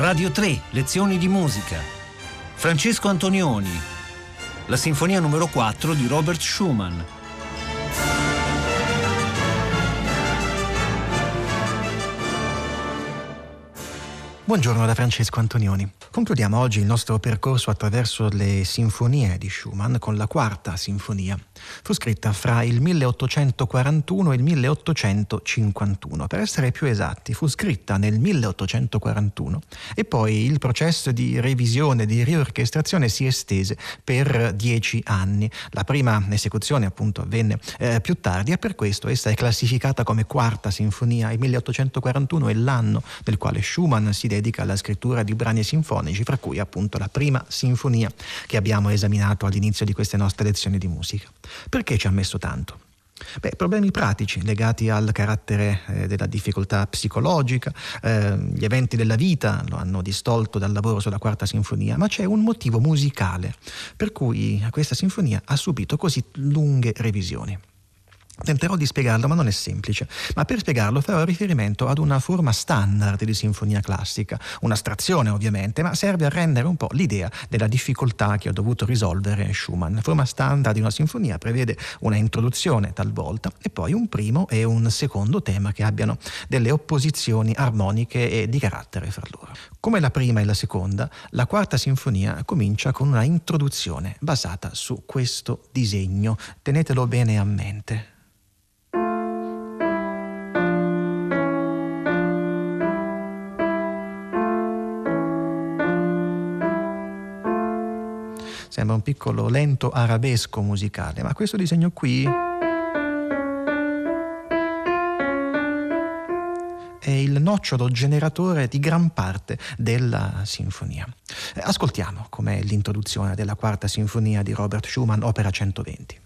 Radio 3, lezioni di musica. Francesco Antonioni. La sinfonia numero 4 di Robert Schumann. Buongiorno da Francesco Antonioni. Concludiamo oggi il nostro percorso attraverso le sinfonie di Schumann con la quarta sinfonia. Fu scritta fra il 1841 e il 1851. Per essere più esatti, fu scritta nel 1841 e poi il processo di revisione, di riorchestrazione si estese per 10 anni. La prima esecuzione appunto avvenne più tardi e per questo essa è classificata come quarta sinfonia. Il 1841 è l'anno nel quale Schumann si dedica alla scrittura di brani sinfonici, fra cui appunto la prima sinfonia che abbiamo esaminato all'inizio di queste nostre lezioni di musica. Perché ci ha messo tanto? Problemi pratici legati al carattere della difficoltà psicologica, gli eventi della vita lo hanno distolto dal lavoro sulla quarta sinfonia, ma c'è un motivo musicale per cui questa sinfonia ha subito così lunghe revisioni. Tenterò di spiegarlo, ma non è semplice. Ma per spiegarlo farò riferimento ad una forma standard di sinfonia classica, un'astrazione ovviamente, ma serve a rendere un po' l'idea della difficoltà che ha dovuto risolvere Schumann. La forma standard di una sinfonia prevede una introduzione talvolta e poi un primo e un secondo tema che abbiano delle opposizioni armoniche e di carattere fra loro. Come la prima e la seconda, la quarta sinfonia comincia con una introduzione basata su questo disegno. Tenetelo bene a mente. Sembra un piccolo lento arabesco musicale, ma questo disegno qui è il nocciolo generatore di gran parte della sinfonia. Ascoltiamo com'è l'introduzione della quarta sinfonia di Robert Schumann, opera 120.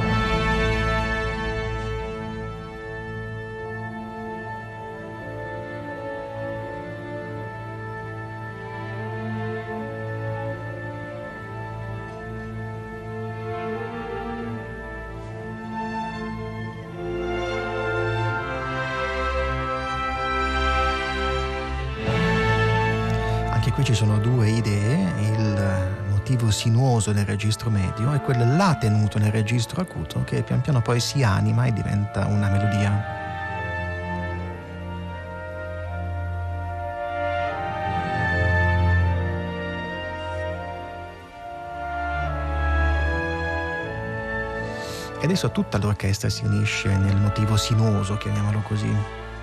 Qui ci sono due idee, il motivo sinuoso nel registro medio e quel La tenuto nel registro acuto che pian piano poi si anima e diventa una melodia. E adesso tutta l'orchestra si unisce nel motivo sinuoso, chiamiamolo così.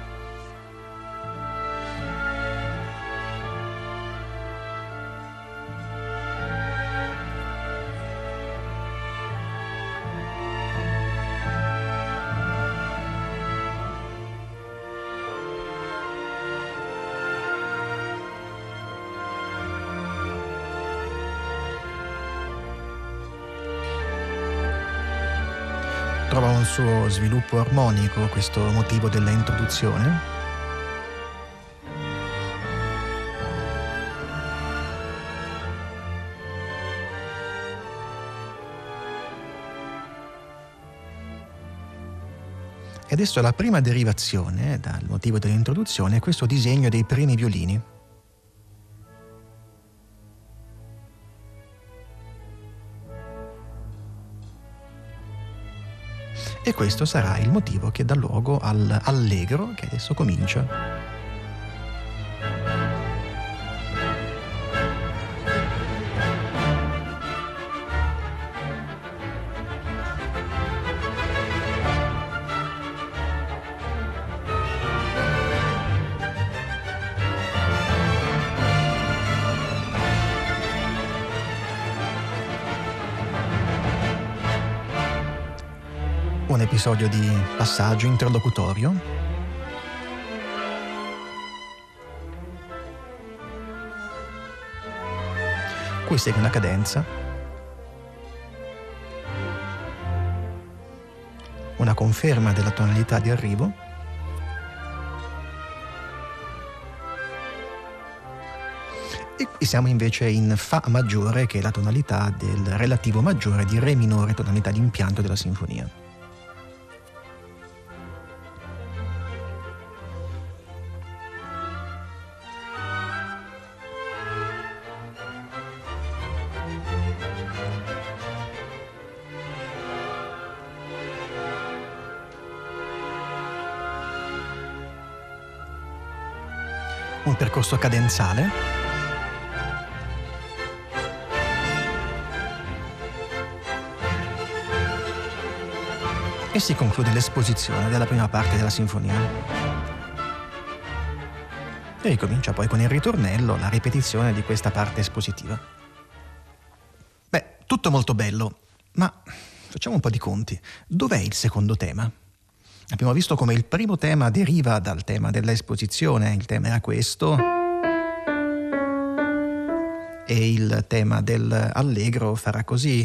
Trova un suo sviluppo armonico questo motivo della introduzione. E adesso la prima derivazione dal motivo dell'introduzione è questo disegno dei primi violini. E questo sarà il motivo che dà luogo all'allegro che adesso comincia. Un episodio di passaggio interlocutorio. Qui segue una cadenza, una conferma della tonalità di arrivo e qui siamo invece in Fa maggiore, che è la tonalità del relativo maggiore di Re minore, tonalità di impianto della sinfonia. un percorso cadenzale. E si conclude l'esposizione della prima parte della sinfonia. E ricomincia poi con il ritornello, la ripetizione di questa parte espositiva. Beh, tutto molto bello, ma facciamo un po' di conti. Dov'è il secondo tema? Abbiamo visto come il primo tema deriva dal tema dell'esposizione, il tema era questo, e il tema dell'allegro farà così.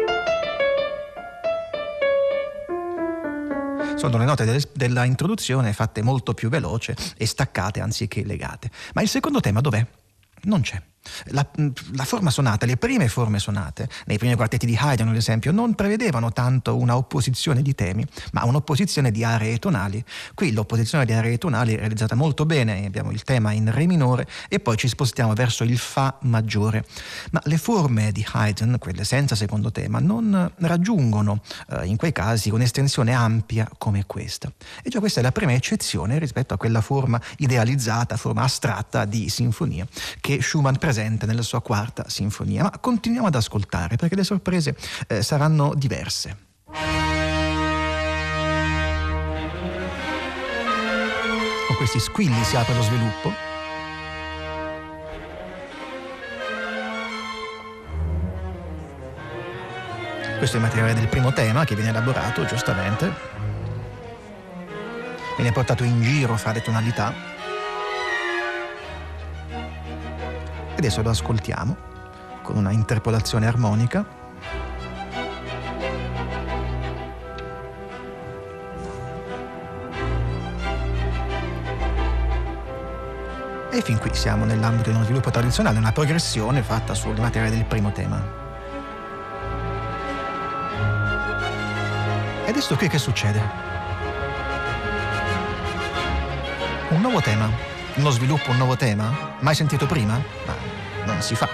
Sono le note della introduzione fatte molto più veloce e staccate anziché legate. Ma il secondo tema dov'è? Non c'è. La forma sonata, le prime forme sonate, nei primi quartetti di Haydn ad esempio, non prevedevano tanto una opposizione di temi, ma un'opposizione di aree tonali. Qui l'opposizione di aree tonali è realizzata molto bene, abbiamo il tema in Re minore e poi ci spostiamo verso il Fa maggiore. Ma le forme di Haydn, quelle senza secondo tema, non raggiungono in quei casi un'estensione ampia come questa. E già questa è la prima eccezione rispetto a quella forma idealizzata, forma astratta di sinfonia che Schumann presenta nella sua quarta sinfonia. Ma continuiamo ad ascoltare perché le sorprese saranno diverse. Con questi squilli si apre lo sviluppo. Questo è il materiale del primo tema che viene elaborato giustamente, viene portato in giro fra le tonalità. Adesso lo ascoltiamo con una interpolazione armonica. E fin qui siamo nell'ambito di uno sviluppo tradizionale, una progressione fatta sul materiale del primo tema. E adesso qui che succede? Un nuovo tema, uno sviluppo, un nuovo tema? Mai sentito prima? Ma non si fa.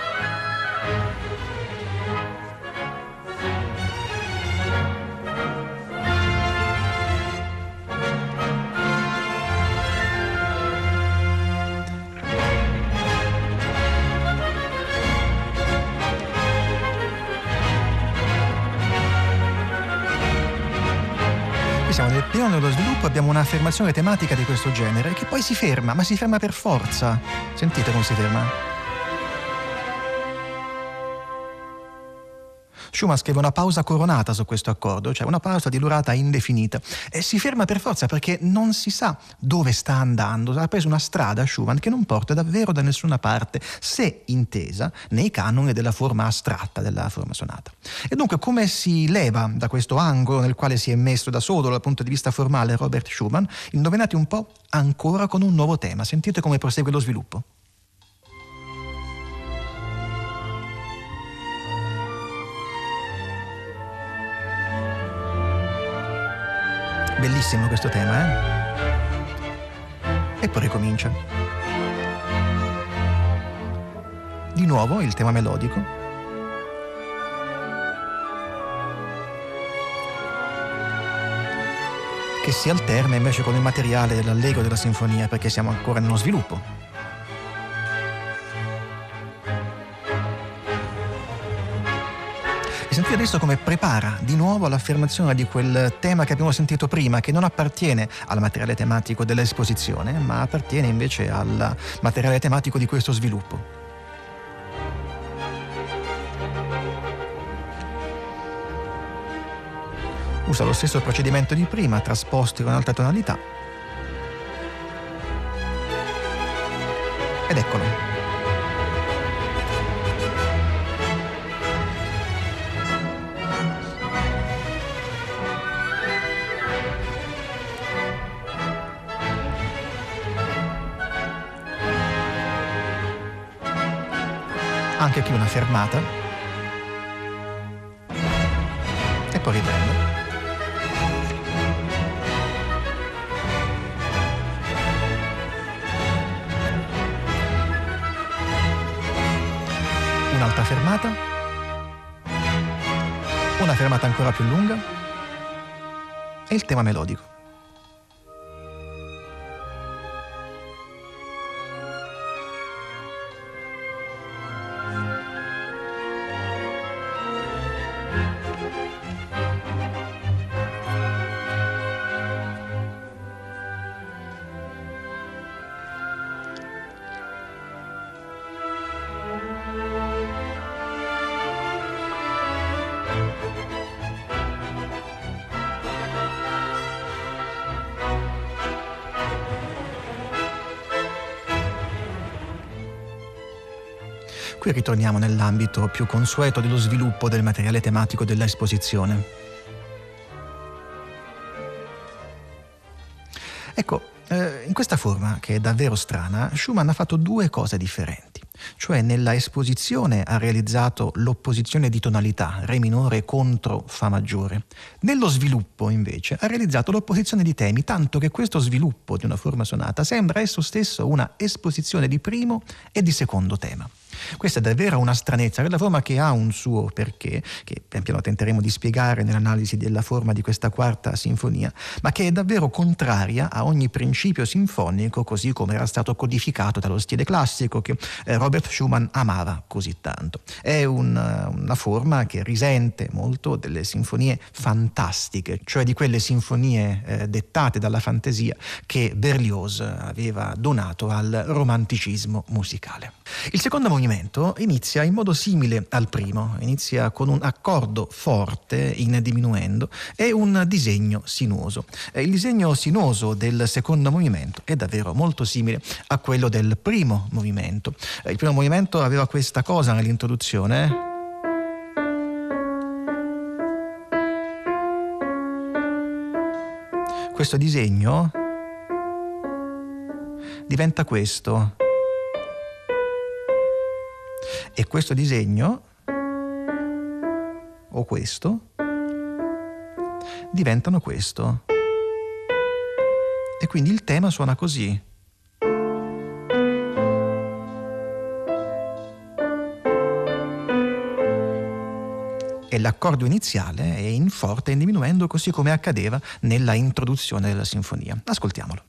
Siamo nel pieno dello sviluppo, abbiamo un'affermazione tematica di questo genere che poi si ferma, ma si ferma per forza. Sentite come si ferma. Schumann scrive una pausa coronata su questo accordo, cioè una pausa di durata indefinita, e si ferma per forza perché non si sa dove sta andando. Ha preso una strada Schumann che non porta davvero da nessuna parte, se intesa nei canoni della forma astratta della forma sonata. E dunque come si leva da questo angolo nel quale si è messo da solo dal punto di vista formale Robert Schumann? Indovinate un po'? Ancora con un nuovo tema. Sentite come prosegue lo sviluppo. Bellissimo questo tema, E poi ricomincia. Di nuovo il tema melodico. Che si alterna invece con il materiale dell'allegro della sinfonia, perché siamo ancora nello sviluppo. Sentite adesso come prepara di nuovo l'affermazione di quel tema che abbiamo sentito prima, che non appartiene al materiale tematico dell'esposizione, ma appartiene invece al materiale tematico di questo sviluppo. Usa lo stesso procedimento di prima, trasposto in un'altra tonalità. Ed eccolo. Anche qui una fermata e poi riprende. Un'altra fermata, una fermata ancora più lunga e il tema melodico. Qui ritorniamo nell'ambito più consueto dello sviluppo del materiale tematico della esposizione. Ecco, in questa forma, che è davvero strana, Schumann ha fatto due cose differenti. Cioè nella esposizione ha realizzato l'opposizione di tonalità, Re minore contro Fa maggiore. Nello sviluppo invece ha realizzato l'opposizione di temi, tanto che questo sviluppo di una forma sonata sembra esso stesso una esposizione di primo e di secondo tema. Questa è davvero una stranezza, quella forma che ha un suo perché, che pian piano tenteremo di spiegare nell'analisi della forma di questa quarta sinfonia, ma che è davvero contraria a ogni principio sinfonico così come era stato codificato dallo stile classico che Robert Schumann amava così tanto. È una forma che risente molto delle sinfonie fantastiche, cioè di quelle sinfonie dettate dalla fantasia che Berlioz aveva donato al romanticismo musicale. Il secondo movimento inizia in modo simile al primo, inizia con un accordo forte in diminuendo e un disegno sinuoso. Il disegno sinuoso del secondo movimento è davvero molto simile a quello del primo movimento. Il primo movimento aveva questa cosa nell'introduzione. Questo disegno diventa questo. E questo disegno, o questo, diventano questo. E quindi il tema suona così. E l'accordo iniziale è in forte e in diminuendo, così come accadeva nella introduzione della sinfonia. Ascoltiamolo.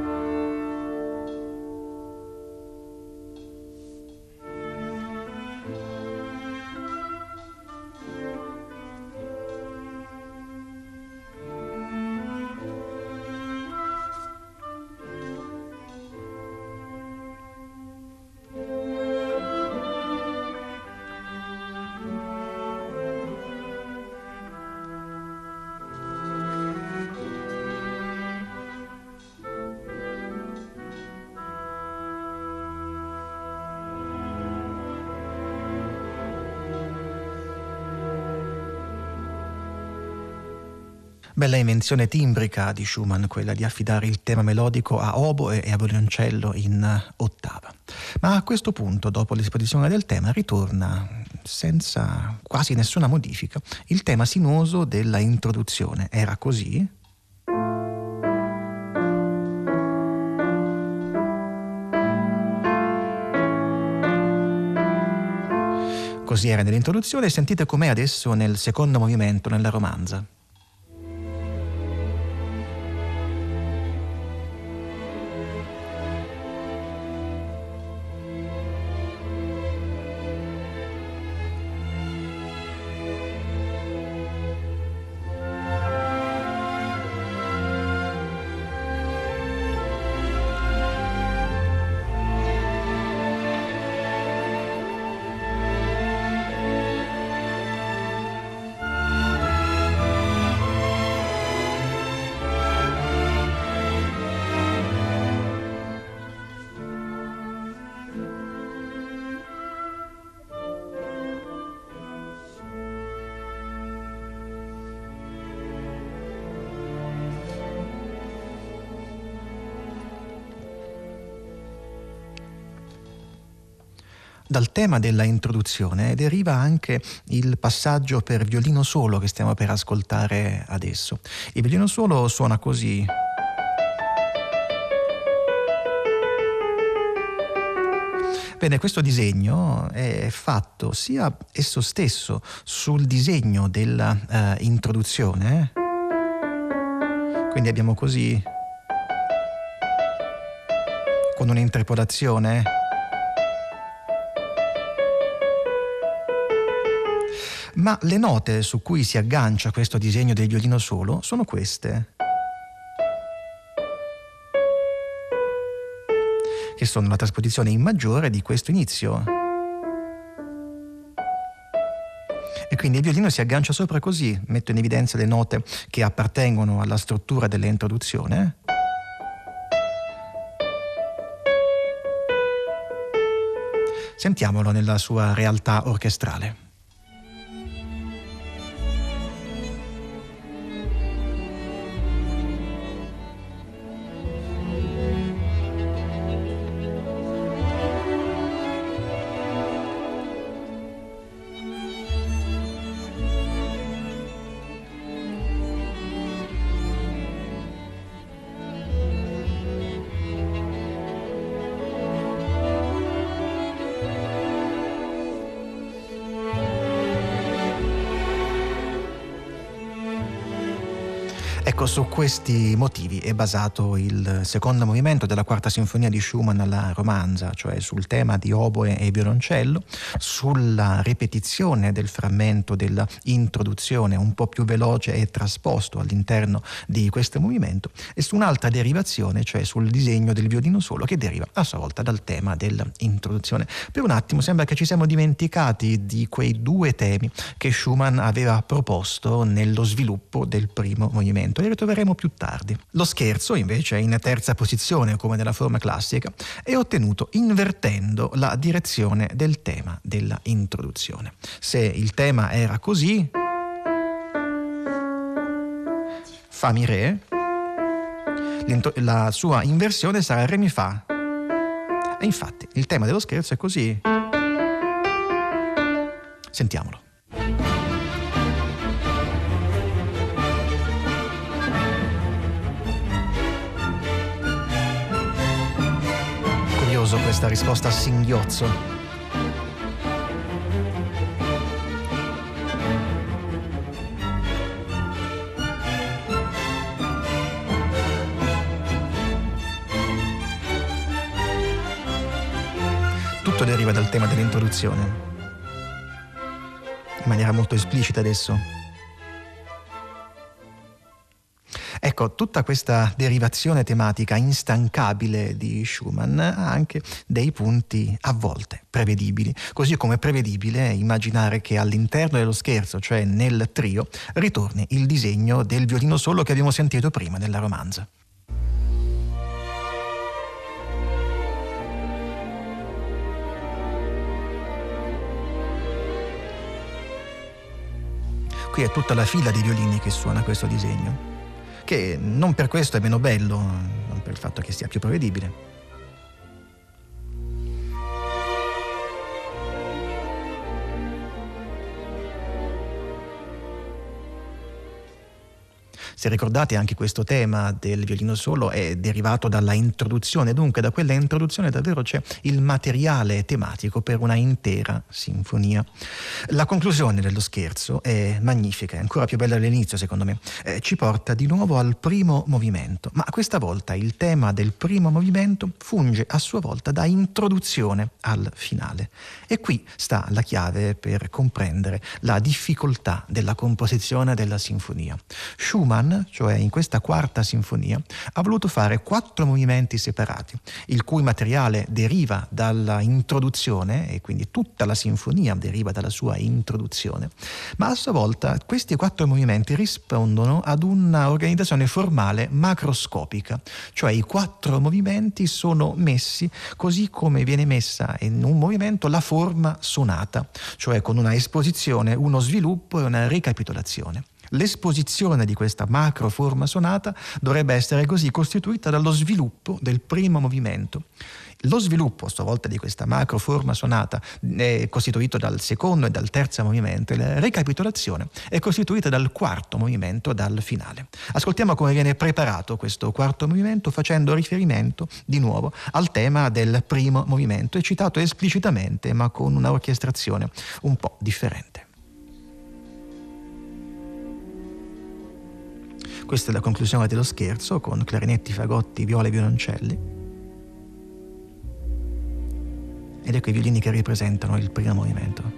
Bella invenzione timbrica di Schumann, quella di affidare il tema melodico a oboe e a violoncello in ottava. Ma a questo punto, dopo l'esposizione del tema, ritorna, senza quasi nessuna modifica, il tema sinuoso della introduzione. Era così? Così era nell'introduzione e sentite com'è adesso nel secondo movimento, nella romanza. Dal tema della introduzione deriva anche il passaggio per violino solo che stiamo per ascoltare adesso. Il violino solo suona così. Bene, questo disegno è fatto sia esso stesso sul disegno della introduzione. Quindi abbiamo così, con un'interpolazione. Ma le note su cui si aggancia questo disegno del violino solo sono queste, che sono la trasposizione in maggiore di questo inizio. E quindi il violino si aggancia sopra così, metto in evidenza le note che appartengono alla struttura dell'introduzione. Sentiamolo nella sua realtà orchestrale. Ecco, su questi motivi è basato il secondo movimento della quarta sinfonia di Schumann, la romanza, cioè sul tema di oboe e violoncello, sulla ripetizione del frammento dell'introduzione un po' più veloce e trasposto all'interno di questo movimento, e su un'altra derivazione, cioè sul disegno del violino solo, che deriva a sua volta dal tema dell'introduzione. Per un attimo sembra che ci siamo dimenticati di quei due temi che Schumann aveva proposto nello sviluppo del primo movimento. Li ritroveremo più tardi. Lo scherzo, invece, in terza posizione, come nella forma classica, è ottenuto invertendo la direzione del tema della introduzione. Se il tema era così, fa mi re, la sua inversione sarà re mi fa. E infatti il tema dello scherzo è così. Sentiamolo. Curioso questa risposta a singhiozzo. Tutto deriva dal tema dell'introduzione, in maniera molto esplicita adesso. Ecco, tutta questa derivazione tematica instancabile di Schumann ha anche dei punti a volte prevedibili, così come è prevedibile immaginare che all'interno dello scherzo, cioè nel trio, ritorni il disegno del violino solo che abbiamo sentito prima nella romanza. Qui è tutta la fila di violini che suona questo disegno, che non per questo è meno bello, non per il fatto che sia più prevedibile. Se ricordate, anche questo tema del violino solo è derivato dalla introduzione, dunque da quella introduzione davvero c'è il materiale tematico per una intera sinfonia. La conclusione dello scherzo è magnifica, è ancora più bella dell'inizio secondo me, ci porta di nuovo al primo movimento, ma questa volta il tema del primo movimento funge a sua volta da introduzione al finale. E qui sta la chiave per comprendere la difficoltà della composizione della sinfonia. Schumann, cioè in questa quarta sinfonia, ha voluto fare 4 movimenti separati, il cui materiale deriva dalla introduzione, e quindi tutta la sinfonia deriva dalla sua introduzione, ma a sua volta questi 4 movimenti rispondono ad una organizzazione formale macroscopica, cioè i 4 movimenti sono messi così come viene messa in un movimento la forma sonata, cioè con una esposizione, uno sviluppo e una ricapitolazione. L'esposizione di questa macro forma sonata dovrebbe essere così costituita dallo sviluppo del primo movimento. Lo sviluppo, a sua volta, di questa macro forma sonata è costituito dal secondo e dal terzo movimento, e la ricapitolazione è costituita dal quarto movimento, dal finale. Ascoltiamo come viene preparato questo quarto movimento, facendo riferimento di nuovo al tema del primo movimento, è citato esplicitamente ma con una orchestrazione un po' differente. Questa è la conclusione dello scherzo, con clarinetti, fagotti, viole e violoncelli. Ed ecco i violini che ripresentano il primo movimento.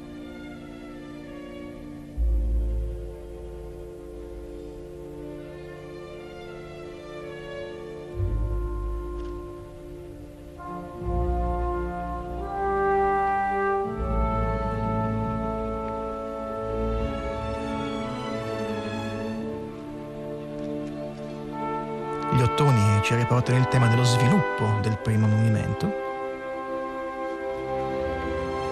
Gli ottoni ci riportano il tema dello sviluppo del primo movimento.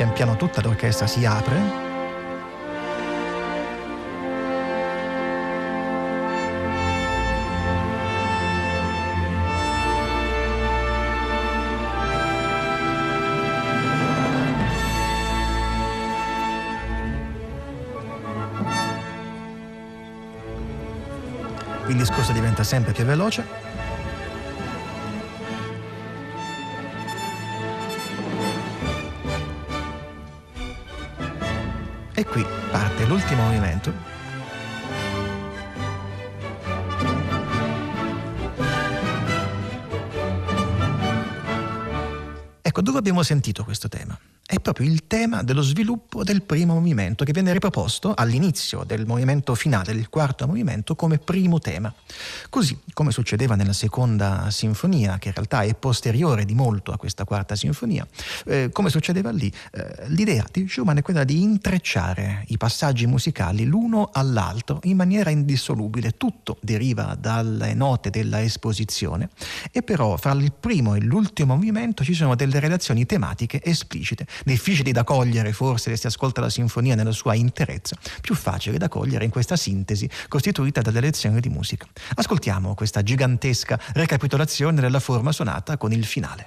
Pian piano tutta l'orchestra si apre. Il discorso diventa sempre più veloce. E qui parte l'ultimo movimento. Ecco, dove abbiamo sentito questo tema? È proprio il tema dello sviluppo del primo movimento, che viene riproposto all'inizio del movimento finale, del quarto movimento, come primo tema. Così come succedeva nella seconda sinfonia, che in realtà è posteriore di molto a questa quarta sinfonia, come succedeva lì, l'idea di Schumann è quella di intrecciare i passaggi musicali l'uno all'altro in maniera indissolubile. Tutto deriva dalle note della esposizione, e però fra il primo e l'ultimo movimento ci sono delle relazioni tematiche esplicite, difficili da cogliere forse se si ascolta la sinfonia nella sua interezza, più facile da cogliere in questa sintesi costituita dalle lezioni di musica. Ascoltiamo questa gigantesca ricapitolazione della forma sonata con il finale.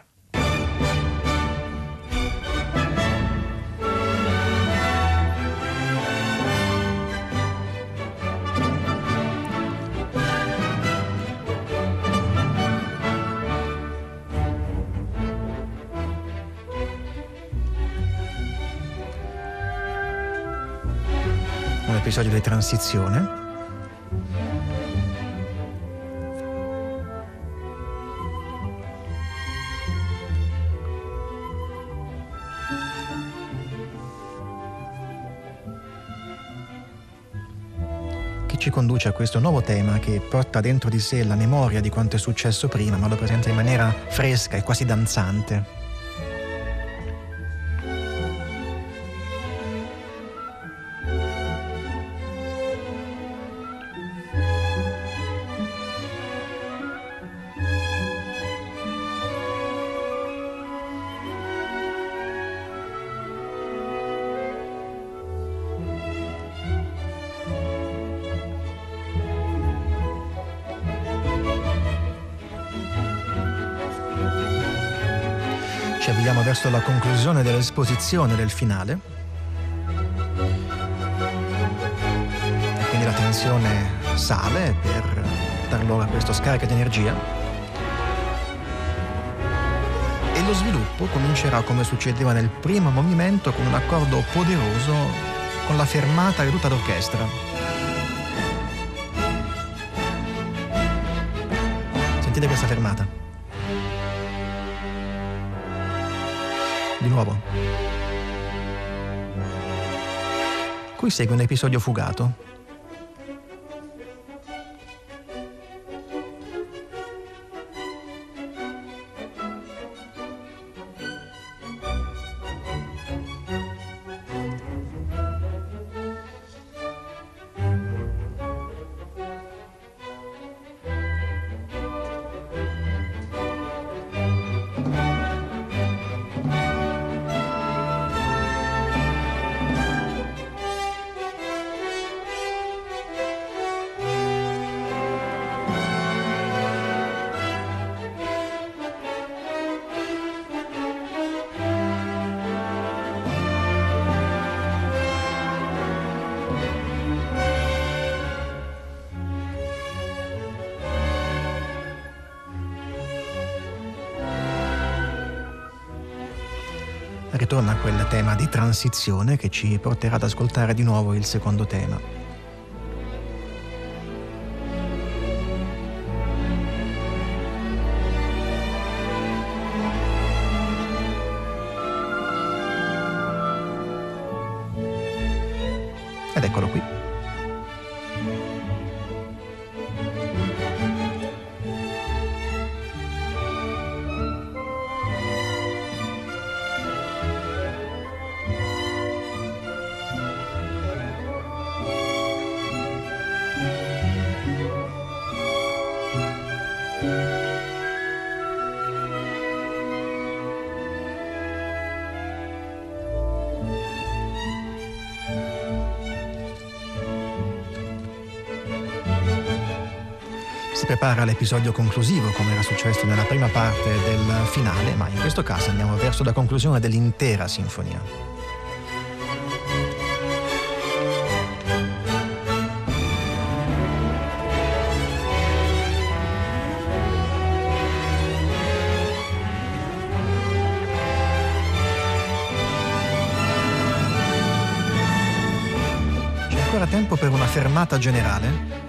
Un episodio di transizione. Che ci conduce a questo nuovo tema che porta dentro di sé la memoria di quanto è successo prima, ma lo presenta in maniera fresca e quasi danzante. Ci avviamo verso la conclusione dell'esposizione del finale, e quindi la tensione sale per dar loro a questo scarico di energia, e lo sviluppo comincerà come succedeva nel primo movimento, con un accordo poderoso, con la fermata di tutta l'orchestra. Sentite questa fermata. Di nuovo. Qui segue un episodio fugato. Ritorna a quel tema di transizione che ci porterà ad ascoltare di nuovo il secondo tema. Ed eccolo qui. si prepara all'episodio conclusivo, come era successo nella prima parte del finale, ma in questo caso andiamo verso la conclusione dell'intera sinfonia. Ancora tempo per una fermata generale?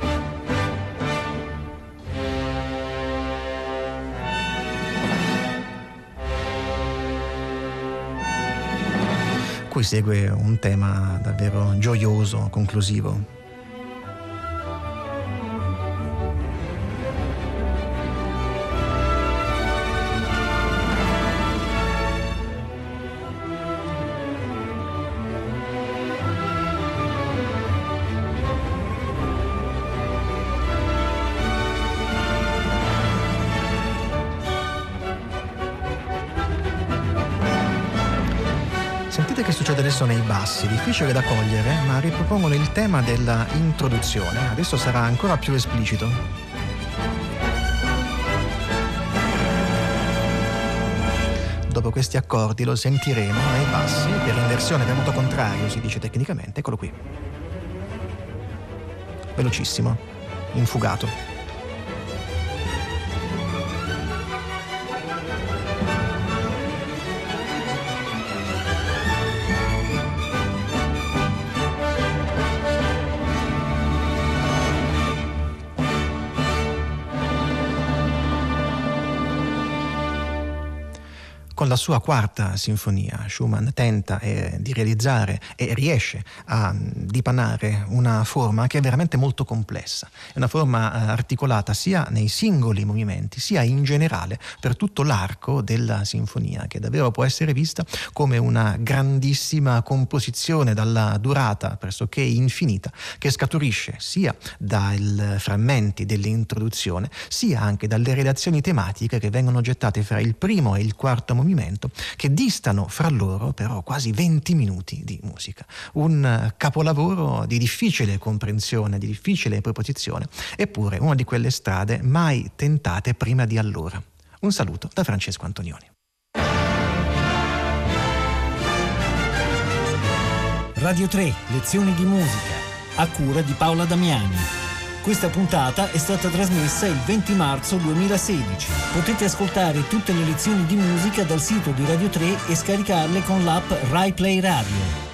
Qui segue un tema davvero gioioso, conclusivo. Sentite che succede adesso nei bassi, difficile da cogliere, ma ripropongono il tema della introduzione. Adesso sarà ancora più esplicito. Dopo questi accordi lo sentiremo nei bassi, per inversione venuto contrario, si dice tecnicamente, eccolo qui. Velocissimo, infugato. Con la sua quarta sinfonia, Schumann tenta di realizzare e riesce a dipanare una forma che è veramente molto complessa. È una forma articolata sia nei singoli movimenti, sia in generale per tutto l'arco della sinfonia, che davvero può essere vista come una grandissima composizione dalla durata pressoché infinita, che scaturisce sia dai frammenti dell'introduzione, sia anche dalle relazioni tematiche che vengono gettate fra il primo e il quarto movimento, che distano fra loro però quasi 20 minuti di musica. Un capolavoro di difficile comprensione, di difficile proposizione, eppure una di quelle strade mai tentate prima di allora. Un saluto da Francesco Antonioni. Radio 3, lezioni di musica, a cura di Paola Damiani. Questa puntata è stata trasmessa il 20 marzo 2016. Potete ascoltare tutte le lezioni di musica dal sito di Radio 3 e scaricarle con l'app Rai Play Radio.